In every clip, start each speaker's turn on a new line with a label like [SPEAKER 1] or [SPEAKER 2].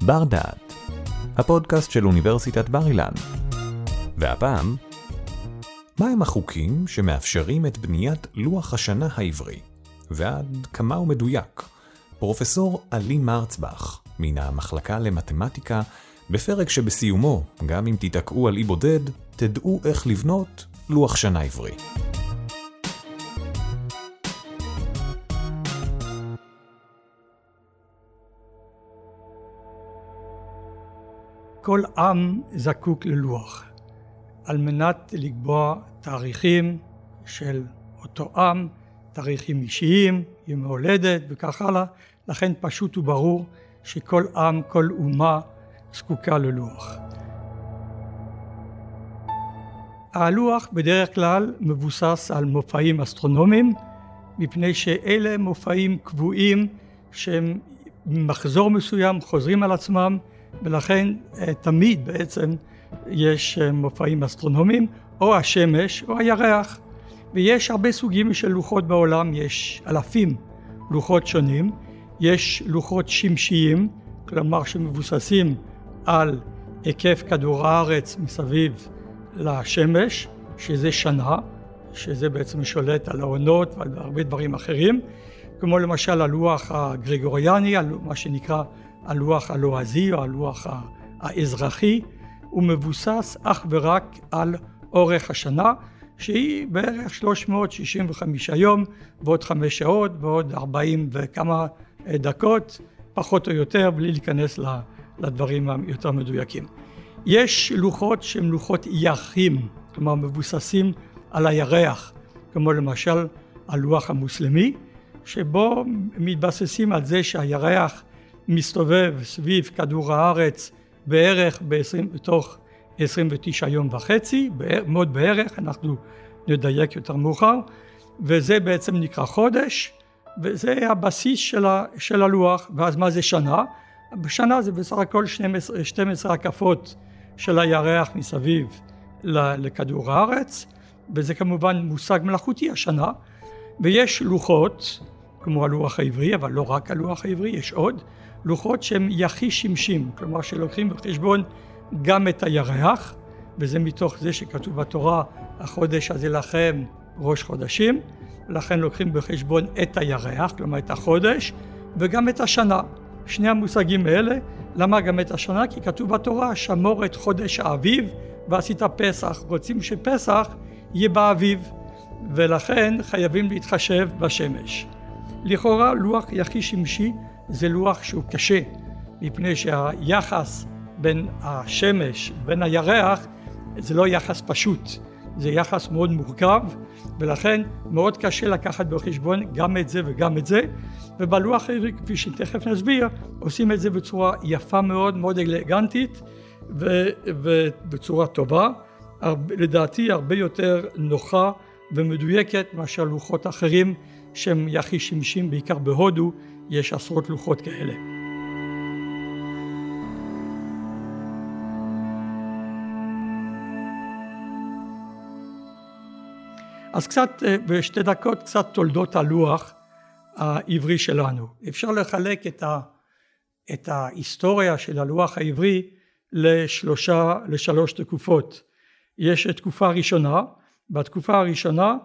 [SPEAKER 1] בר דעת, הפודקאסט של אוניברסיטת בר אילן. והפעם, מהם החוקים שמאפשרים את בניית לוח השנה העברי? ועד כמה הוא מדויק? פרופסור עלי מרצבך, מן המחלקה למתמטיקה, בפרק שבסיומו, גם אם תתעקעו על אי בודד, תדעו איך לבנות לוח שנה עברי.
[SPEAKER 2] כל עם זקוק ללוח, על מנת לקבוע תאריכים של אותו עם, תאריכים אישיים, ימי הולדת וכך הלאה. לכן פשוט וברור שכל עם, כל אומה זקוקה ללוח. הלוח בדרך כלל מבוסס על מופעים אסטרונומיים, מפני שאלה מופעים קבועים שהם במחזור מסוים חוזרים על עצמם, ולכן תמיד בעצם יש מופעים אסטרונומיים, או השמש או הירח. ויש הרבה סוגים של לוחות בעולם, יש אלפים לוחות שונים. יש לוחות שמשיים, כלומר שמבוססים על היקף כדור הארץ מסביב לשמש, שזה שנה, שזה בעצם שולט על העונות ועל הרבה דברים אחרים, כמו למשל הלוח הגרגוריאני, מה שנקרא הלוח הלועזי או הלוח האזרחי. הוא מבוסס אך ורק על אורך השנה, שהיא בערך 365 יום ועוד 5 שעות ועוד 40 וכמה דקות, פחות או יותר, בלי להיכנס לדברים היותר מדויקים. יש לוחות שהם לוחות ירחים, כלומר מבוססים על הירח, כמו למשל הלוח המוסלמי, שבו מתבססים על זה שהירח מסתובב סביב כדור הארץ בערך בתוך 29 יום וחצי, מאוד בערך, אנחנו נדייק יותר מאוחר, וזה בעצם נקרא חודש, וזה הבסיס של הלוח. ואז מה זה שנה? בשנה זה בסך הכל 12 הקפות של הירח מסביב לכדור הארץ, וזה כמובן מושג מלאכותי השנה. ויש לוחות, כמו הלוח העברי, אבל לא רק הלוח העברי, יש עוד לוחות שהם יחי שמשיים, כלומר שלוקחים בחשבון גם את הירח, וזה מתוך זה שכתוב בתורה, החודש הזה לכם ראש חודשים, ולכן לוקחים בחשבון את הירח, כלומר את החודש, וגם את השנה. שני המושגים האלה. למה גם את השנה? כי כתוב בתורה, שמור את חודש האביב ועשית פסח. רוצים שפסח יהיה באביב, ולכן חייבים להתחשב בשמש. לכאורה לוח יחי שמשי זה לוח שהוא קשה, מפני שהיחס בין השמש בין הירח זה לא יחס פשוט, זה יחס מאוד מורכב, ולכן מאוד קשה לקחת בחשבון גם את זה וגם את זה. ובלוח העברי, כפי שתכף נסביר, עושים את זה בצורה יפה מאוד, מאוד אלגנטית ובצורה טובה, לדעתי הרבה יותר נוחה ומדויקת מאשר לוחות אחרים שהם יחי שמשיים. בעיקר בהודו יש עשרות לוחות כאלה. אז קצת בשתי דקות קצת תולדות הלוח העברי שלנו. אפשר לחלק את ההיסטוריה של הלוח העברי לשלוש תקופות. יש תקופה ראשונה. בתקופה הראשונה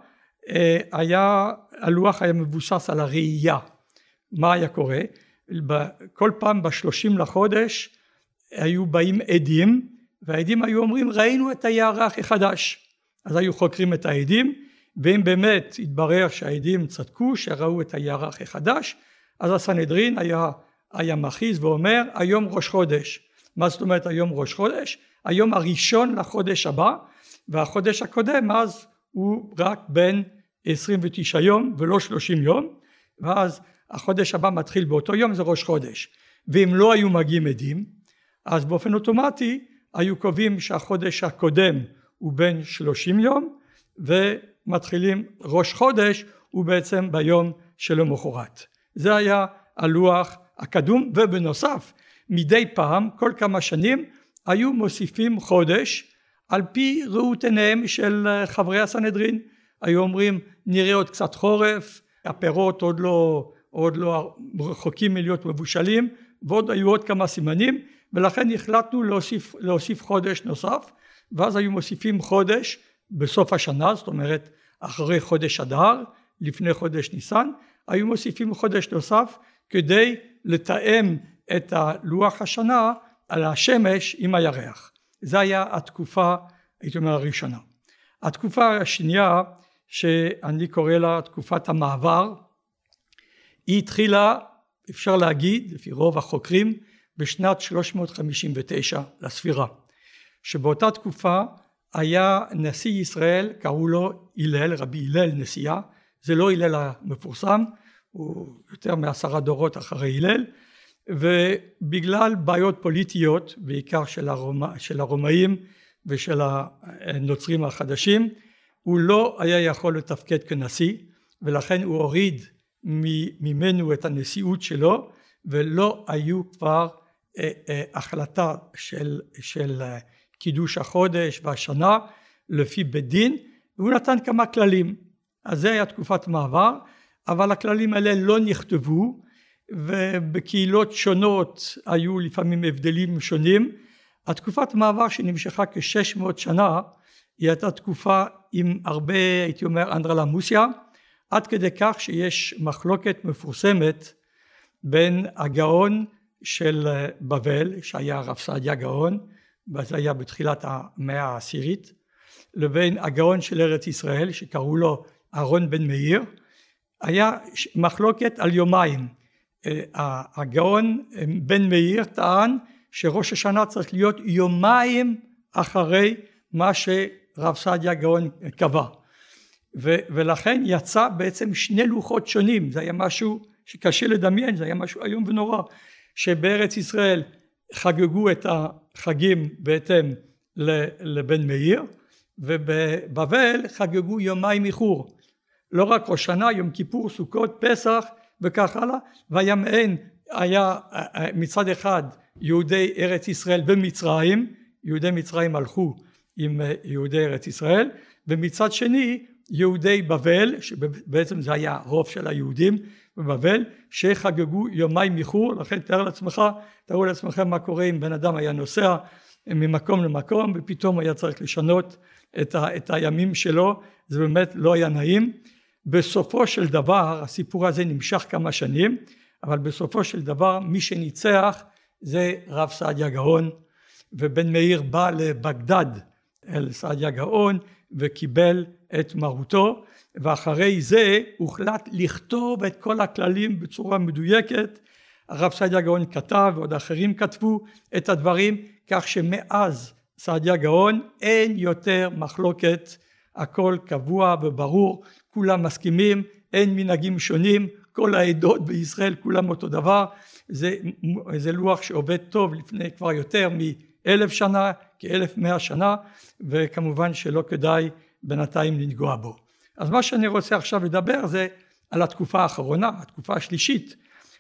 [SPEAKER 2] הלוח היה מבוסס על הראייה. מה היה קורה? כל פעם ב30 לחודש היו באים עדים, והעדים היו אומרים ראינו את הירח החדש. אז היו חוקרים את העדים, ואם באמת התברר שהעדים צדקו שראו את הירח החדש, אז הסנהדרין היה מכריז ואומר היום ראש חודש. מה זאת אומרת היום ראש חודש? היום הראשון לחודש הבא, והחודש הקודם אז הוא רק בין 29 יום ולא 30 יום, ואז החודש הבא מתחיל באותו יום, זה ראש חודש. ואם לא היו מגיעים עדים, אז באופן אוטומטי היו קובעים שהחודש הקודם הוא בין 30 יום, ומתחילים ראש חודש הוא בעצם ביום שלמחרת. זה היה הלוח הקדום. ובנוסף, מדי פעם, כל כמה שנים, היו מוסיפים חודש על פי ראות עיניהם של חברי הסנהדרין. היו אומרים נראה עוד קצת חורף, הפירות עוד לא רחוקים מלהיות מבושלים, ועוד היו עוד כמה סימנים, ולכן החלטנו להוסיף חודש נוסף, ואז היו מוסיפים חודש בסוף השנה, זאת אומרת אחרי חודש אדר, לפני חודש ניסן, היו מוסיפים חודש נוסף כדי לתאם את לוח השנה על השמש עם הירח. זה היה התקופה, הייתי אומר, הראשונה. התקופה השנייה, שאני קורא לה תקופת המעבר, היא התחילה, אפשר להגיד, לפי רוב החוקרים, בשנת 359 לספירה. שבאותה תקופה היה נשיא ישראל, קראו לו הלל, רבי הלל נשיאה, זה לא הלל המפורסם, הוא יותר מ10 דורות אחרי הלל, ובגלל בעיות פוליטיות, בעיקר של הרומאים ושל הנוצרים החדשים, הוא לא היה יכול לתפקד כנשיא, ולכן הוא הוריד ממנו את הנשיאות שלו, ולא היו כבר החלטה של קידוש החודש והשנה לפי בית דין, והוא נתן כמה כללים. אז זה היה תקופת מעבר, אבל הכללים האלה לא נכתבו, ובקהילות שונות היו לפעמים הבדלים שונים. התקופת מעבר שנמשכה כ600 שנה, היא הייתה תקופה עם הרבה, הייתי אומר, אנדרלמוסיה, עד כדי כך שיש מחלוקת מפורסמת בין הגאון של בבל, שהיה הרב סעדיה גאון, וזה היה בתחילת המאה העשירית, לבין הגאון של ארץ ישראל, שקראו לו אהרון בן מאיר. היה מחלוקת על יומיים. הגאון בן מאיר טען שראש השנה צריך להיות יומיים אחרי מה שרב סעדיה גאון קבע. ולכן יצא בעצם 2 לוחות שונים. זה היה משהו שקשה לדמיין, זה היה משהו איום ונורא, שבארץ ישראל חגגו את החגים בהתאם לבן מאיר, ובבבל חגגו יומיים איחור. לא רק ראש שנה, יום כיפור, סוכות, פסח וכך הלאה, והיה מעין, היה מצד אחד יהודי ארץ ישראל ומצרים, יהודי מצרים הלכו עם יהודי ארץ ישראל, ומצד שני יהודי בבל, שבעצם זה היה רוב של היהודים בבבל, שחגגו יומיים איחור. לכן תארו לעצמכם מה קורה אם בן אדם היה נוסע ממקום למקום, ופתאום היה צריך לשנות את הימים שלו, זה באמת לא היה נעים. בסופו של דבר, הסיפור הזה נמשך כמה שנים, אבל בסופו של דבר מי שניצח זה רב סעדיה גאון, ובן מאיר בא לבגדד אל סעדיה גאון וקיבל את מרותו, ואחרי זה הוחלט לכתוב את כל הכללים בצורה מדויקת. הרב סעדיה גאון כתב ועוד אחרים כתבו את הדברים, כך שמאז סעדיה גאון אין יותר מחלוקת, הכל קבוע וברור, כולם מסכימים, אין מנהגים שונים, כל העדות בישראל כולם אותו דבר. זה לוח שעובד טוב לפני כבר יותר מ1000 שנה, כ1100 שנה, וכמובן שלא כדאי בינתיים לנגוע בו. אז מה שאני רוצה עכשיו לדבר זה על התקופה האחרונה, התקופה השלישית,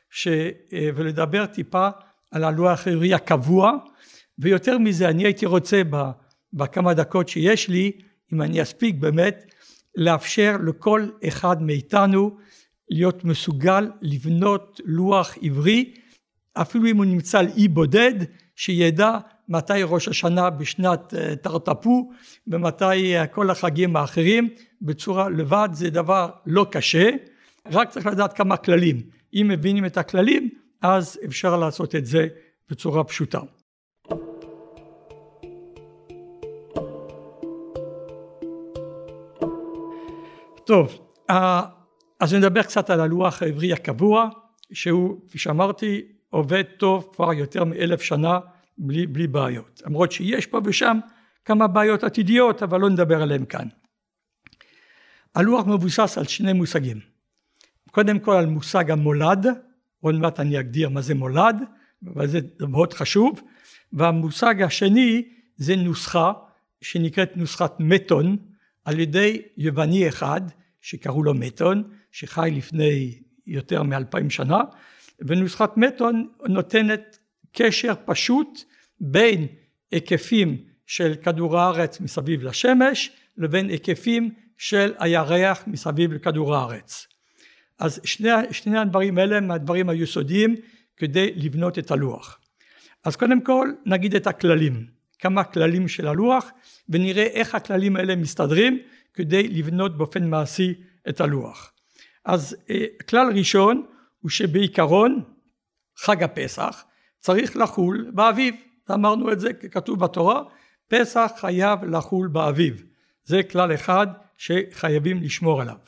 [SPEAKER 2] ולדבר טיפה על הלוח העברי הקבוע, ויותר מזה אני הייתי רוצה בכמה דקות שיש לי, אם אני אספיק באמת, לאפשר לכל אחד מאיתנו להיות מסוגל לבנות לוח עברי, אפילו אם הוא נמצא על אי בודד, שידע מתי ראש השנה בשנת תרתפו, ומתי כל החגים האחרים, בצורה לבד. זה דבר לא קשה, רק צריך לדעת כמה כללים. אם מבינים את הכללים, אז אפשר לעשות את זה בצורה פשוטה. טוב, אז נדבר קצת על הלוח העברי הקבוע, שהוא, כפי שאמרתי, עובד טוב כבר יותר מ1000 שנה בלי בעיות. למרות שיש פה ושם כמה בעיות עתידיות, אבל לא נדבר עליהם כאן. הלוח מבוסס על 2 מושגים. קודם כל על מושג המולד, עוד מעט אני אגדיר מה זה מולד, אבל זה מאוד חשוב. והמושג השני זה נוסחה, שנקראת נוסחת מתון, על ידי יווני אחד, שקראו לו מתון, שחי לפני יותר מ2000 שנה, ונוסחת מתון נותנת קשר פשוט בין היקפים של כדור הארץ מסביב לשמש, לבין היקפים של הירח מסביב לכדור הארץ. אז שני הדברים האלה הם הדברים היסודיים כדי לבנות את הלוח. אז קודם כל נגיד את הכללים, כמה כללים של הלוח, ונראה איך הכללים האלה מסתדרים כדי לבנות באופן מעשי את הלוח. אז כלל ראשון הוא שבעיקרון חג הפסח צריך לחול באביב, אמרנו את זה ככתוב בתורה, פסח חייב לחול באביב, זה כלל אחד שחייבים לשמור עליו.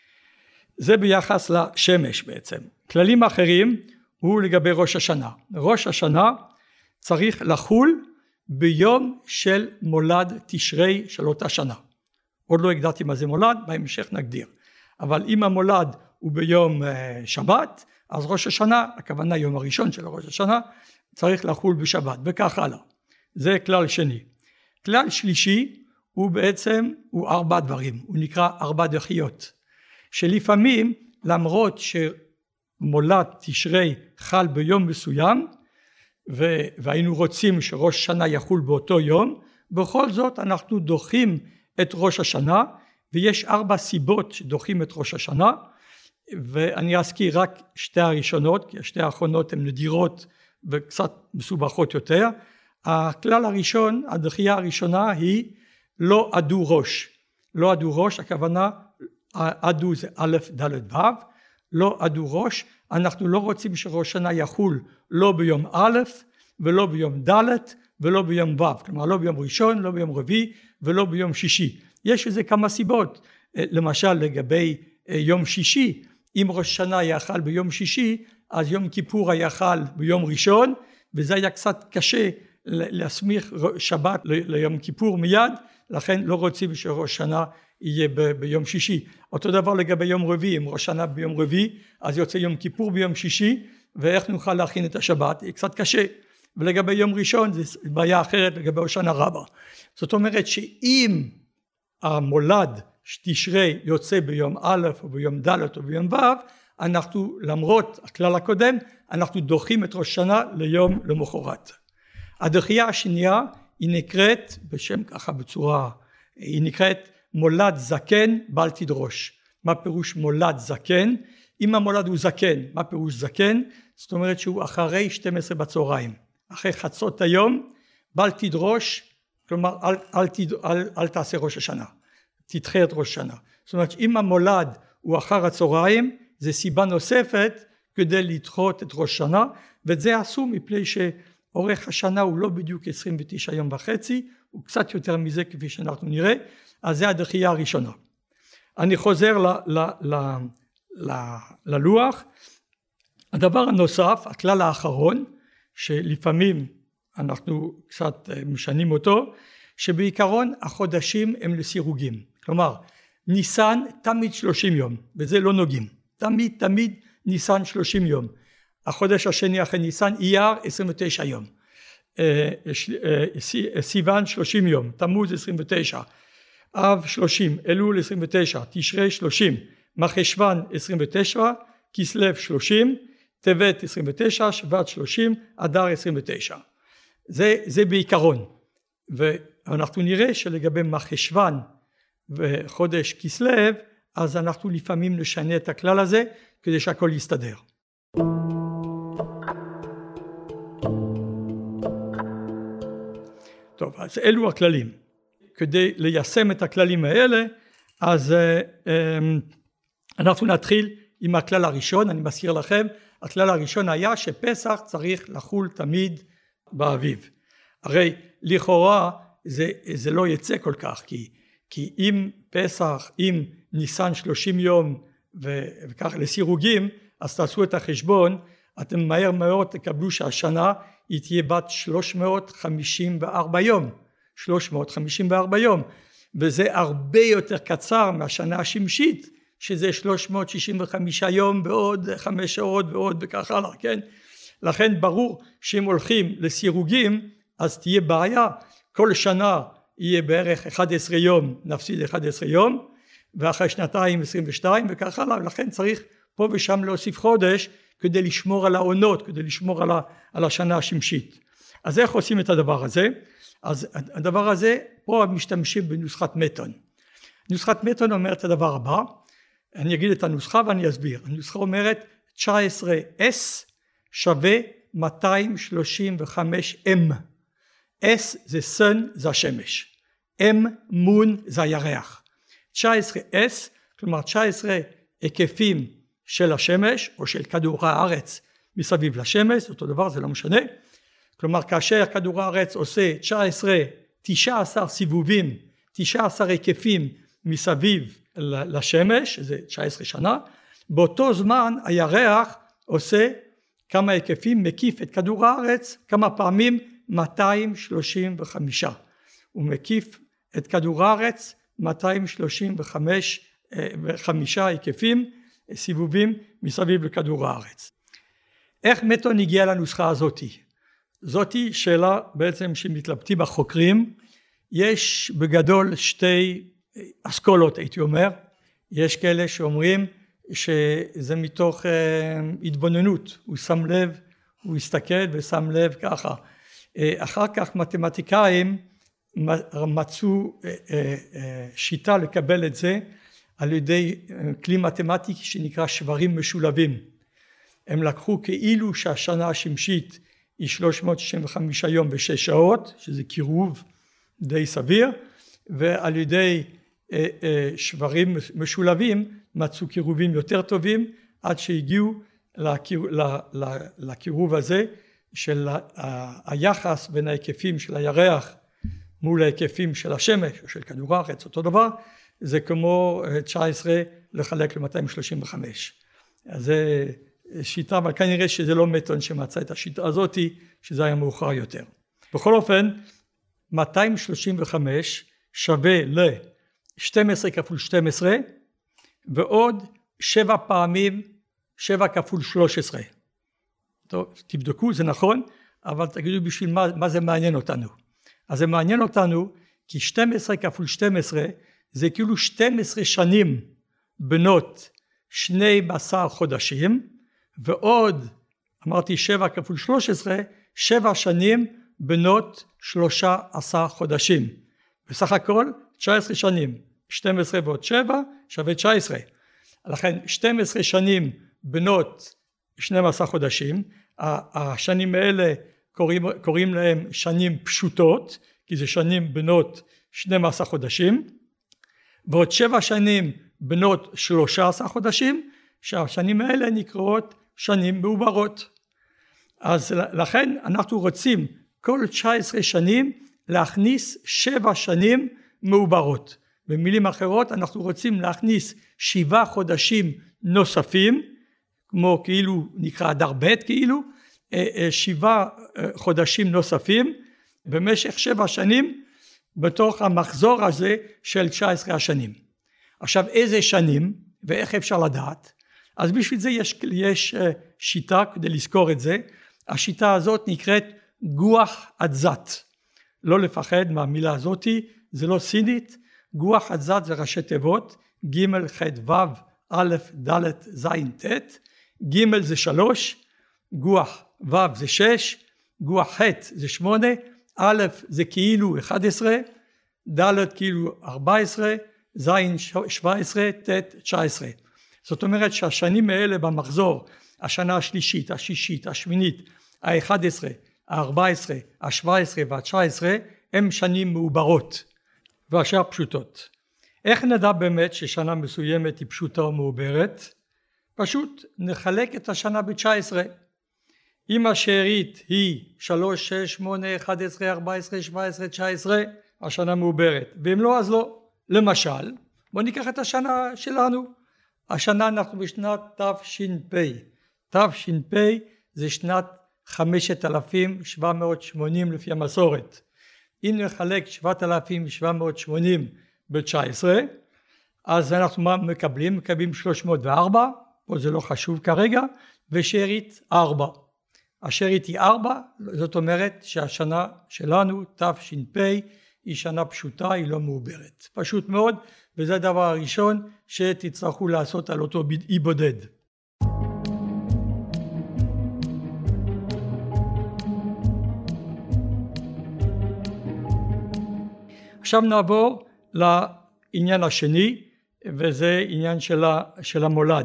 [SPEAKER 2] זה ביחס לשמש בעצם. כללים אחרים הוא לגבי ראש השנה. ראש השנה צריך לחול ביום של מולד תשרי של אותה שנה. עוד לא הגדרתי מה זה מולד, בהמשך נגדיר. אבל אם המולד הוא ביום שבת, אז ראש השנה, הכוונה יום הראשון של ראש השנה, צריך לחול בשבת, וכך הלאה. זה כלל שני. כלל שלישי הוא בעצם, הוא 4 דברים, הוא נקרא 4 דחיות. שלפעמים למרות שמולד תשרי חל ביום מסוים, והיינו רוצים שראש השנה יחול באותו יום, בכל זאת אנחנו דוחים את ראש השנה, ויש 4 סיבות שדוחים את ראש השנה, ואני אזכיר רק 2 הראשונות, כי 2 האחרונות הן נדירות וקצת מסובכות יותר. הכלל הראשון, הדחייה הראשונה היא לא עדו ראש. לא עדו ראש, הכוונה עדו זה א' ד' ו', לא עדו ראש, אנחנו לא רוצים שראש השנה יחול לא ביום א' ולא ביום ד' ולא ביום ו', כלומר לא ביום ראשון, לא ביום רביעי ולא ביום שישי. יש לזה כמה סיבות, למשל לגבי יום שישי, אם ראש השנה יחל ביום שישי, אז יום כיפור היה חל ביום ראשון, וזה היה קצת קשה להסמיך שבת ליום כיפור מיד, לכן לא רוצים שראש השנה יהיה ביום שישי. אותו דבר לגבי יום רביעי, אם ראש השנה ביום רביעי, אז יוצא יום כיפור ביום שישי, ואיך נוכל להכין את השבת? יהיה קצת קשה. ולגבי יום ראשון, זו בעיה אחרת לגבי ראש השנה רבה. זאת אומרת שאם המולד תשרי יוצא ביום א' או ביום ד' או ביום ו', אנחנו למרות הכלל הקודם, אנחנו דוחים את ראש השנה ליום למחרת. הדחייה השנייה היא נקראת בשם ככה בצורה, היא נקראת מולד זקן בל תדרוש. מה פירוש מולד זקן? אם המולד הוא זקן, מה פירוש זקן? זאת אומרת שהוא אחרי 12 בצהריים, אחרי חצות היום, בל תדרוש, כלומר אל תעשה ראש השנה, תדחה את ראש השנה. זאת אומרת אם המולד הוא אחר הצהריים, זה סיבה נוספת כדי לדחות את ראש השנה, ואת זה עשו מפני שאורך השנה הוא לא בדיוק 29 יום וחצי, הוא קצת יותר מזה כפי שאנחנו נראה, אז זה הדחייה הראשונה. אני חוזר ללוח. הדבר הנוסף, הכלל האחרון, שלפעמים אנחנו קצת משנים אותו, שבעיקרון החודשים הם לסירוגים. כלומר, ניסן תמיד 30 יום, וזה לא נוגעים. תמיד ניסן 30 יום. החודש השני אחרי ניסן אייר 29 יום. סיוון 30 יום, תמוז 29, אב 30, אלול 29, תשרי 30, מחשוון 29, כסלו 30, טבת 29, שבט 30, אדר 29. זה בעיקרון. ואנחנו נראה שלגבי מחשוון וחודש כסלו, אז אנחנו לפעמים נשנה את הכלל הזה כדי שהכל יסתדר. טוב, אז אלו הכללים. כדי ליישם את הכללים האלה, אז אנחנו נתחיל עם הכלל הראשון. אני מזכיר לכם, הכלל הראשון היה שפסח צריך לחול תמיד באביב. הרי לכאורה זה לא יצא כל כך, כי אם פסח, אם ניסן 30 יום וכך לסירוגים, אז תעשו את החשבון, אתם מהר מאוד תקבלו שהשנה היא תהיה בת 354 יום. 354 יום, וזה הרבה יותר קצר מהשנה השמשית, שזה 365 יום ועוד 5 שעות ועוד וכך הלאה, כן? לכן ברור שאם הולכים לסירוגים, אז תהיה בעיה, כל שנה יהיה בערך 11 יום, נפסיד 11 יום, ואחרי שנתיים 22 וכך הלאה, ולכן צריך פה ושם להוסיף חודש, כדי לשמור על העונות, כדי לשמור על השנה השמשית. אז איך עושים את הדבר הזה? אז הדבר הזה, פה משתמשים בנוסחת מתון. נוסחת מתון אומרת את הדבר הבא, אני אגיד את הנוסחה ואני אסביר. הנוסחה אומרת 19S שווה 235M. S זה sun, זה השמש. M, moon, זה הירח. 19S, כלומר 19 היקפים של השמש, או של כדור הארץ מסביב לשמש, אותו דבר, זה לא משנה. כלומר, כאשר כדור הארץ עושה 19 סיבובים, 19 היקפים מסביב לשמש, זה 19 שנה, באותו זמן הירח עושה כמה היקפים, מקיף את כדור הארץ, כמה פעמים? 235. הוא מקיף את כדור הארץ 235 היקפים, סיבובים מסביב לכדור הארץ. איך מתון הגיע לנוסחה הזאתי? זאתי שאלה בעצם שמתלבטים החוקרים. יש בגדול שתי אסכולות, הייתי אומר. יש כאלה שאומרים שזה מתוך התבוננות, הוא שם לב, הוא הסתכל ושם לב ככה. אחר כך מתמטיקאים מצאו שיטה לקבל את זה על ידי כלי מתמטי שנקרא שברים משולבים. הם לקחו כאילו שהשנה השמשית היא 365 יום ו6 שעות, שזה קירוב די סביר, ועל ידי שברים משולבים מצאו קירובים יותר טובים, עד שהגיעו לקירוב הזה של היחס בין ההיקפים של הירח מול ההיקפים של השמש או של כדור הארץ, אותו דבר, זה כמו 19 לחלק ל-235. אז זה שיטה, אבל כנראה שזה לא מתון שמצא את השיטה הזאת, שזה היה מאוחר יותר. בכל אופן, 235 שווה ל-12 כפול 12, ועוד 7 פעמים 7 כפול 13. טוב, תבדקו, זה נכון, אבל תגידו בשביל מה זה מעניין אותנו. אז זה מעניין אותנו, כי 12 כפול 12, זה כאילו 12 שנים בנות 12 חודשים, ועוד, אמרתי 7 כפול 13, 7 שנים בנות 13 חודשים. בסך הכל 19 שנים, 12 ועוד 7 שווה 19. לכן 12 שנים בנות 12 חודשים, השנים האלה קוראים להם שנים פשוטות, כי זה שנים בנות 12 חודשים, ועוד 7 שנים בנות 13 חודשים, שהשנים האלה נקראות שנים מעוברות. אז לכן אנחנו רוצים כל 19 שנים להכניס 7 שנים מעוברות. במילים אחרות אנחנו רוצים להכניס 7 חודשים נוספים, כמו כאילו נקרא אדר ב' כאילו, 7 חודשים נוספים במשך 7 שנים בתוך המחזור הזה של 19 השנים. עכשיו איזה שנים ואיך אפשר לדעת? אז בשביל זה יש שיטה כדי לזכור את זה. השיטה הזאת נקראת גוח אדזת. לא לפחד מהמילה הזאת, זה לא סינית. גוח אדזת זה ראשי תיבות, ג' ח' ו' א' ד' ז' ט', ג' זה 3, גוח ו' זה 6, גוח ח' זה 8, א' זה כאילו 11, ד' כאילו 14, ז' 17, ט' 19. זאת אומרת שהשנים האלה במחזור, השנה השלישית, השישית, השמינית, ה-11, ה-14, ה-17 וה-19, הם שנים מעוברות והשאר פשוטות. איך נדע באמת ששנה מסוימת היא פשוטה או מעוברת? פשוט נחלק את השנה ב-19. אם השארית היא 3, 6, 8, 11, 14, 17, 19, השנה מעוברת. ואם לא, אז לא. למשל, בואו ניקח את השנה שלנו. השנה אנחנו בשנת תש"פ. תש"פ זה שנת 5780 לפי המסורת. אם נחלק 7780 ב-19, אז אנחנו מקבלים 304, פה זה לא חשוב כרגע, ושארית 4. השארית היא 4, זאת אומרת שהשנה שלנו, תש"פ, היא שנה פשוטה, היא לא מעוברת. פשוט מאוד, וזה הדבר הראשון שתצטרכו לעשות על אותו אי בודד. עכשיו נעבור לעניין השני, וזה עניין של המולד.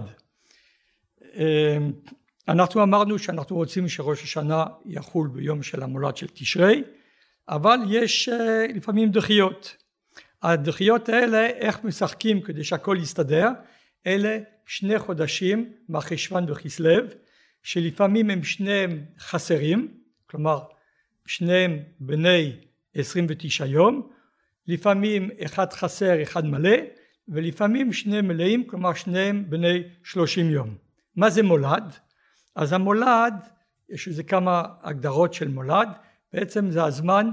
[SPEAKER 2] אנחנו אמרנו שאנחנו רוצים שראש השנה יחול ביום של המולד של תשרי, אבל יש לפעמים דחיות. הדחיות האלה, איך משחקים כדי שהכל יסתדר? אלה 2 חודשים, מרחשוון וכסלו, שלפעמים הם שניהם חסרים, כלומר שניהם בני 29 יום, לפעמים אחד חסר אחד מלא, ולפעמים שניהם מלאים, כלומר שניהם בני 30 יום. מה זה מולד? אז המולד, יש איזה כמה הגדרות של מולד, בעצם זה הזמן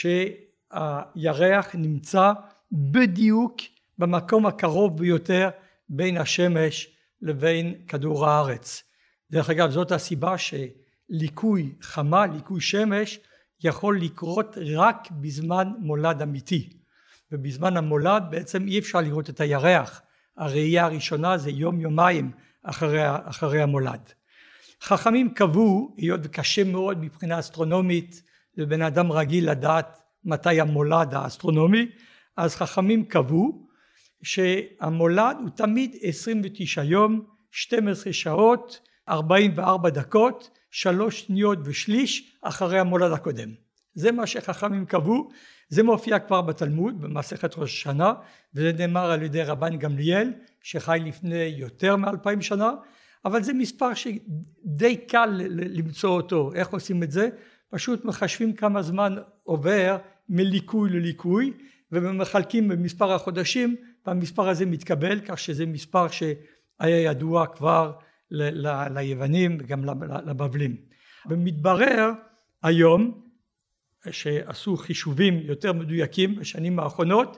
[SPEAKER 2] שהירח נמצא בדיוק במקום הקרוב ביותר בין השמש לבין כדור הארץ. דרך אגב, זאת הסיבה שליקוי חמה, ליקוי שמש, יכול לקרות רק בזמן מולד אמיתי. ובזמן המולד בעצם אי אפשר לראות את הירח. הראייה הראשונה זה יום-יומיים אחרי המולד. חכמים קבעו, היות וקשה מאוד מבחינה אסטרונומית לבן אדם רגיל לדעת מתי המולד האסטרונומי, אז חכמים קבעו שהמולד הוא תמיד 29 יום, 12 שעות, 44 דקות, 3 שניות ושליש אחרי המולד הקודם. זה מה שחכמים קבעו, זה מופיע כבר בתלמוד במסכת ראש השנה, וזה נאמר על ידי רבן גמליאל שחי לפני יותר מ2000 שנה, אבל זה מספר שדי קל למצוא אותו. איך עושים את זה? פשוט מחשבים כמה זמן עובר מליקוי לליקוי, ומחלקים במספר החודשים, והמספר הזה מתקבל, כך שזה מספר שהיה ידוע כבר ליוונים וגם לבבלים. ומתברר היום, שעשו חישובים יותר מדויקים בשנים האחרונות,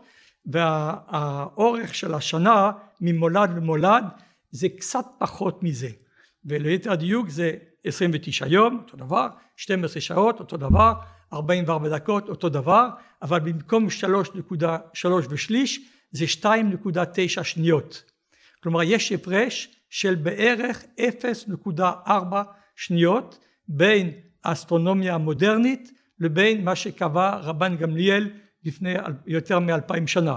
[SPEAKER 2] והאורך של השנה ממולד למולד זה קצת פחות מזה, וליתר דיוק זה 29 יום אותו דבר, 12 שעות אותו דבר, 44 דקות אותו דבר, אבל במקום 3.3 ושליש זה 2.9 שניות. כלומר יש הפרש של בערך 0.4 שניות בין האסטרונומיה המודרנית לבין מה שקבע רבן גמליאל לפני יותר מ2000 שנה.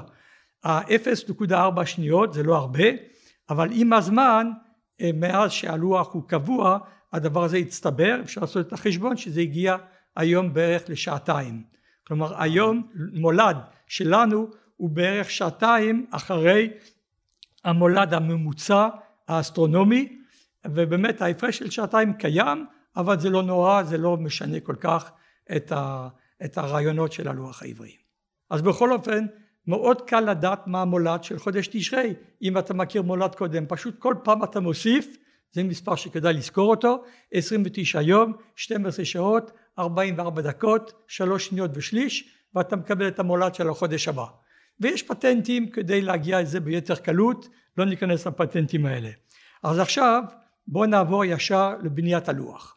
[SPEAKER 2] ה-0.4 שניות זה לא הרבה, אבל עם הזמן, מאז שהלוח הוא קבוע, הדבר הזה הצטבר, אפשר לעשות את החשבון שזה הגיע היום בערך לשעתיים. כלומר היום מולד שלנו הוא בערך שעתיים אחרי המולד הממוצע האסטרונומי, ובאמת ההפרש של שעתיים קיים, אבל זה לא נורא, זה לא משנה כל כך את הרעיונות של הלוח העברי. אז בכל אופן מאוד קל לדעת מה המולד של חודש תשרי, אם אתה מכיר מולד קודם, פשוט כל פעם אתה מוסיף, זה מספר שכדאי לזכור אותו, 29 יום, 12 שעות, 44 דקות, 3 שניות ושליש, ואתה מקבל את המולד של החודש הבא. ויש פטנטים כדי להגיע לזה ביתר קלות, לא ניכנס לפטנטים האלה. אז עכשיו בואו נעבור ישר לבניית הלוח.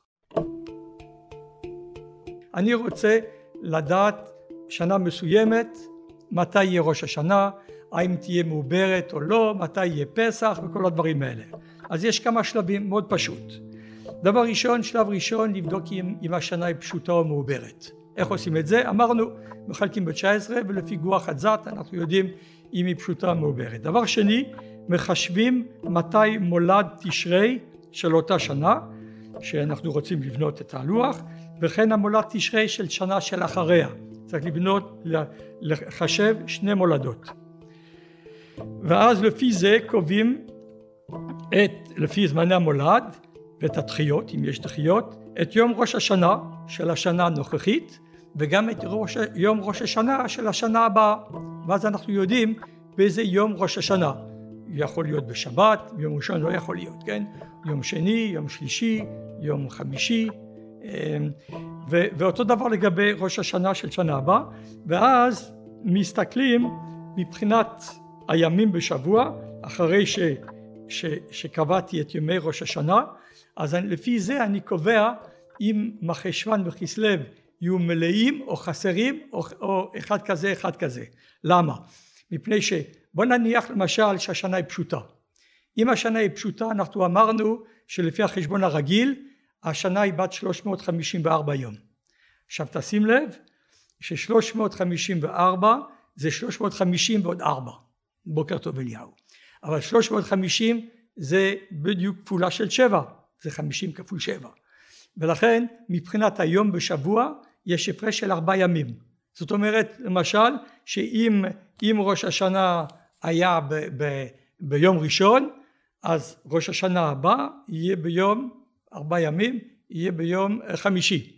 [SPEAKER 2] אני רוצה לדעת שנה מסוימת, מתי יהיה ראש השנה, האם תהיה מעוברת או לא, מתי יהיה פסח וכל הדברים האלה. אז יש כמה שלבים, מאוד פשוט. דבר ראשון, שלב ראשון, לבדוק אם השנה היא פשוטה או מעוברת. איך עושים את זה? אמרנו, מחלקים ב-19 ולפי גוח חז"ת אנחנו יודעים אם היא פשוטה או מעוברת. דבר שני, מחשבים מתי מולד תשרי של אותה שנה, שאנחנו רוצים לבנות את הלוח, וכן המולד תשרי של שנה של אחריה. צריך לבנות, לחשב 2 מולדות. ואז לפי זה קובעים לפי זמני המולד ואת הדחיות, אם יש דחיות, את יום ראש השנה של השנה הנוכחית, וגם את יום ראש השנה של השנה הבאה. ואז אנחנו יודעים באיזה יום ראש השנה. יכול להיות בשבת, יום ראשון לא יכול להיות, כן? יום שני, יום שלישי, יום חמישי, ואותו דבר לגבי ראש השנה של שנה הבאה, ואז מסתכלים מבחינת הימים בשבוע, אחרי שקבעתי את ימי ראש השנה, אז לפי זה אני קובע אם מחשוון וכסלו יהיו מלאים או חסרים, או אחד כזה, אחד כזה. למה? מפני בוא נניח למשל שהשנה היא פשוטה. אם השנה היא פשוטה, אנחנו אמרנו שלפי החשבון הרגיל, השנה היא בת 354 יום. עכשיו תשים לב ש354 זה 350 ועוד 4. בוקר טוב אליהו. אבל 350 זה בדיוק כפולה של 7, זה 50 כפול 7. ולכן מבחינת היום בשבוע יש הפרש של 4 ימים. זאת אומרת למשל שאם ראש השנה היה ביום ראשון, אז ראש השנה הבא יהיה ביום 4 ימים, יהיה ביום חמישי.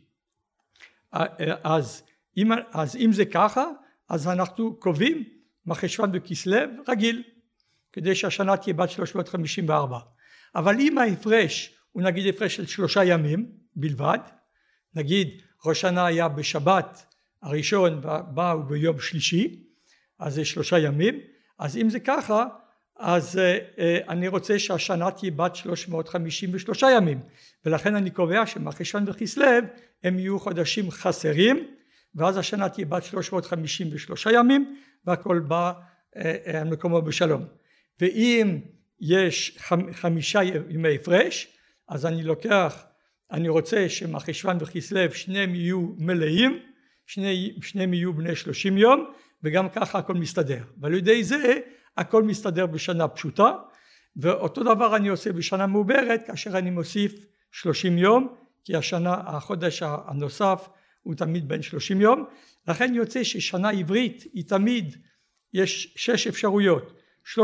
[SPEAKER 2] אז אם זה ככה, אז אנחנו קובעים מחשוון וכסלו רגיל, כדי שהשנה תהיה בת 354. אבל אם ההפרש הוא נגיד הפרש של 3 ימים בלבד, נגיד ראש השנה היה בשבת הראשון והבא הוא ביום שלישי, אז זה 3 ימים, אז אם זה ככה, אז אני רוצה שהשנה תהיה בת 353 ימים, ולכן אני קובע שמחשוון וכסלו הם יהיו חודשים חסרים, ואז השנה תהיה בת 353 ימים, והכל בא על מקומו בשלום. ואם יש 5 ימי הפרש, אז אני רוצה שמחשוון וכסלו שניהם יהיו מלאים, שניהם יהיו בני 30 יום, וגם ככה הכל מסתדר. ועל ידי זה הכל מסתדר בשנה פשוטה, ואותו דבר אני עושה בשנה מעוברת, כאשר אני מוסיף 30 יום, כי החודש הנוסף הוא תמיד בין 30 יום, לכן יוצא ששנה עברית היא תמיד, יש 6 אפשרויות,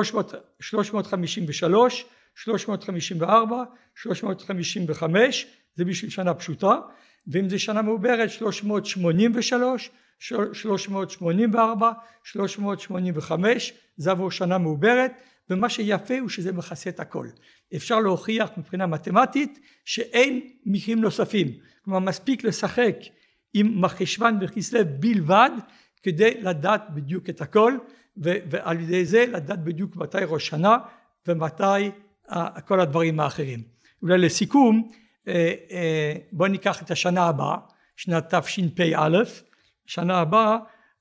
[SPEAKER 2] 353, 354, 355, זה בשביל שנה פשוטה, ואם זה שנה מעוברת 383, 384, 385, זה עבור שנה מעוברת, ומה שיפה הוא שזה מכסה את הכל. אפשר להוכיח מבחינה מתמטית שאין מקרים נוספים, כלומר מספיק לשחק עם מחשוון וכסלו בלבד, כדי לדעת בדיוק את הכל, ועל ידי זה לדעת בדיוק מתי ראש שנה, ומתי כל הדברים האחרים. אולי לסיכום, בואו ניקח את השנה הבאה, שנת תשפ"א, שנה הבאה,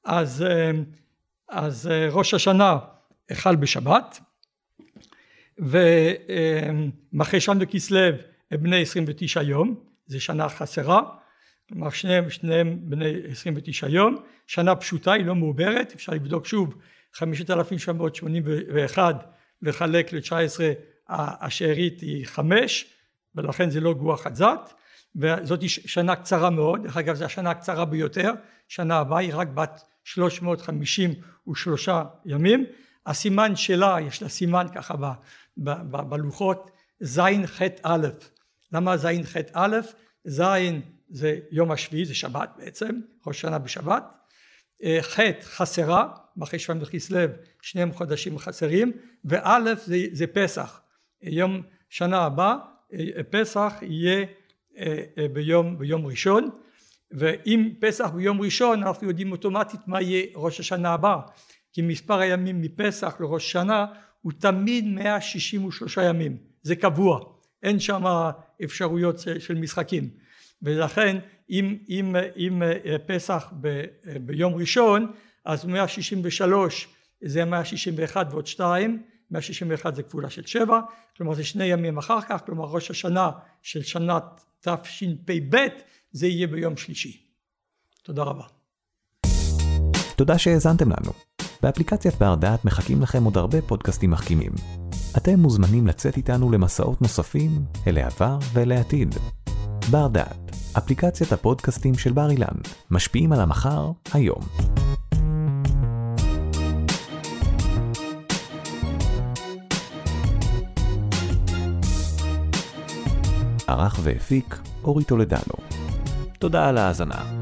[SPEAKER 2] אז ראש השנה חל בשבת, ומחשוון וכסלו בני 29 יום, זה שנה חסרה, כלומר שניהם בני 29 יום, שנה פשוטה, היא לא מעוברת, אפשר לבדוק שוב 5,781 לחלק ל-19, השארית היא 5, ולכן זה לא גרוע חזק, וזאת שנה קצרה מאוד, דרך אגב זו השנה הקצרה ביותר, שנה הבאה היא רק בת 353 ימים, הסימן שלה, יש לה סימן ככה בלוחות, זין ח' א', למה זין ח' א'? זין זה יום השביעי, זה שבת בעצם, ראש שנה בשבת, ח' חסרה, מחשוון וכסלו, שניהם חודשים חסרים, וא' זה פסח, יום שנה הבא, פסח יהיה ביום ראשון, ואם פסח ביום ראשון אנחנו יודעים אוטומטית מה יהיה ראש השנה הבא, כי מספר הימים מפסח לראש שנה הוא תמיד 163 ימים, זה קבוע, אין שם אפשרויות של משחקים, ולכן אם פסח ביום ראשון, אז 163 זה 161 ועוד 2, 161 זה כפולה של 7, כלומר זה 2 ימים אחר כך, כלומר ראש השנה של שנת תשפ"ב זה יהיה ביום שלישי. תודה רבה.
[SPEAKER 1] תודה שהאזנתם לנו. באפליקציית בר דעת מחכים לכם עוד הרבה פודקאסטים מחכימים. אתם מוזמנים לצאת איתנו למסעות נוספים אל העבר ואל העתיד. בר דעת, אפליקציית הפודקאסטים של בר אילן, משפיעים על המחר היום. ערך והפיק אורי טולדנו. תודה על ההאזנה.